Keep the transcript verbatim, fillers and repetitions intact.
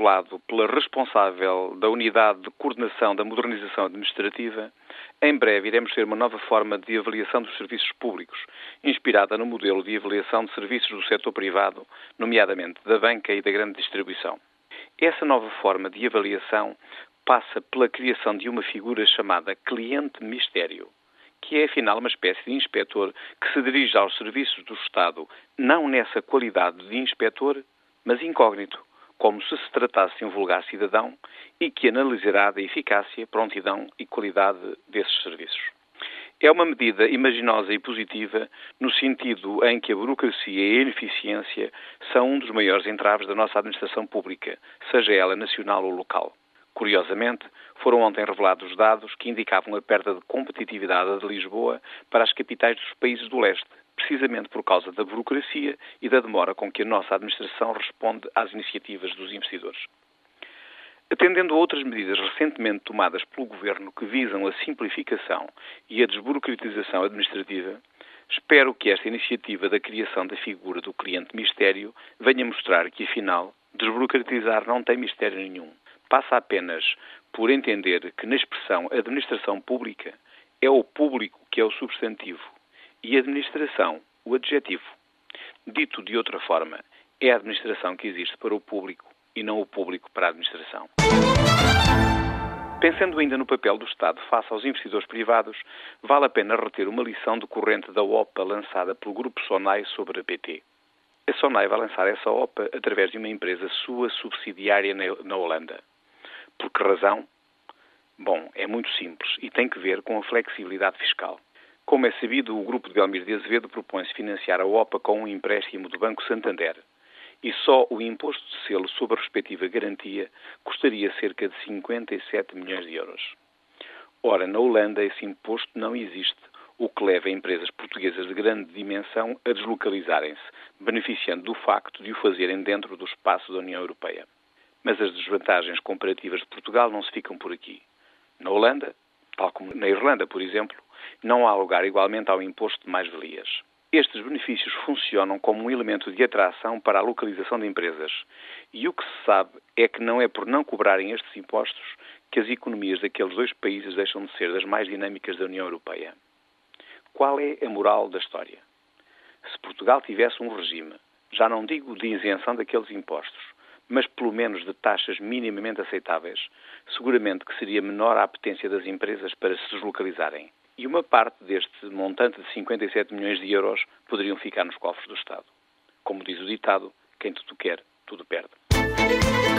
revelado pela responsável da Unidade de Coordenação da Modernização Administrativa, em breve iremos ter uma nova forma de avaliação dos serviços públicos, inspirada no modelo de avaliação de serviços do setor privado, nomeadamente da banca e da grande distribuição. Essa nova forma de avaliação passa pela criação de uma figura chamada cliente mistério, que é, afinal, uma espécie de inspetor que se dirige aos serviços do Estado, não nessa qualidade de inspetor, mas incógnito, como se se tratasse de um vulgar cidadão e que analisará a eficácia, prontidão e qualidade desses serviços. É uma medida imaginosa e positiva no sentido em que a burocracia e a ineficiência são um dos maiores entraves da nossa administração pública, seja ela nacional ou local. Curiosamente, foram ontem revelados dados que indicavam a perda de competitividade de Lisboa para as capitais dos países do leste, precisamente por causa da burocracia e da demora com que a nossa administração responde às iniciativas dos investidores. Atendendo a outras medidas recentemente tomadas pelo Governo que visam a simplificação e a desburocratização administrativa, espero que esta iniciativa da criação da figura do cliente mistério venha mostrar que, afinal, desburocratizar não tem mistério nenhum. Passa apenas por entender que na expressão administração pública é o público que é o substantivo e administração o adjetivo. Dito de outra forma, é a administração que existe para o público e não o público para a administração. Pensando ainda no papel do Estado face aos investidores privados, vale a pena reter uma lição decorrente da O P A lançada pelo Grupo Sonai sobre a P T. A Sonai vai lançar essa O P A através de uma empresa sua subsidiária na Holanda. Por que razão? Bom, é muito simples e tem que ver com a flexibilidade fiscal. Como é sabido, o grupo de Belmiro de Azevedo propõe-se financiar a O P A com um empréstimo do Banco Santander. E só o imposto de selo sob a respectiva garantia custaria cerca de cinquenta e sete milhões de euros. Ora, na Holanda esse imposto não existe, o que leva empresas portuguesas de grande dimensão a deslocalizarem-se, beneficiando do facto de o fazerem dentro do espaço da União Europeia. Mas as desvantagens comparativas de Portugal não se ficam por aqui. Na Holanda, tal como na Irlanda, por exemplo, não há lugar igualmente ao imposto de mais-valias. Estes benefícios funcionam como um elemento de atração para a localização de empresas. E o que se sabe é que não é por não cobrarem estes impostos que as economias daqueles dois países deixam de ser das mais dinâmicas da União Europeia. Qual é a moral da história? Se Portugal tivesse um regime, já não digo de isenção daqueles impostos, mas pelo menos de taxas minimamente aceitáveis, seguramente que seria menor a apetência das empresas para se deslocalizarem. E uma parte deste montante de cinquenta e sete milhões de euros poderiam ficar nos cofres do Estado. Como diz o ditado, quem tudo quer, tudo perde.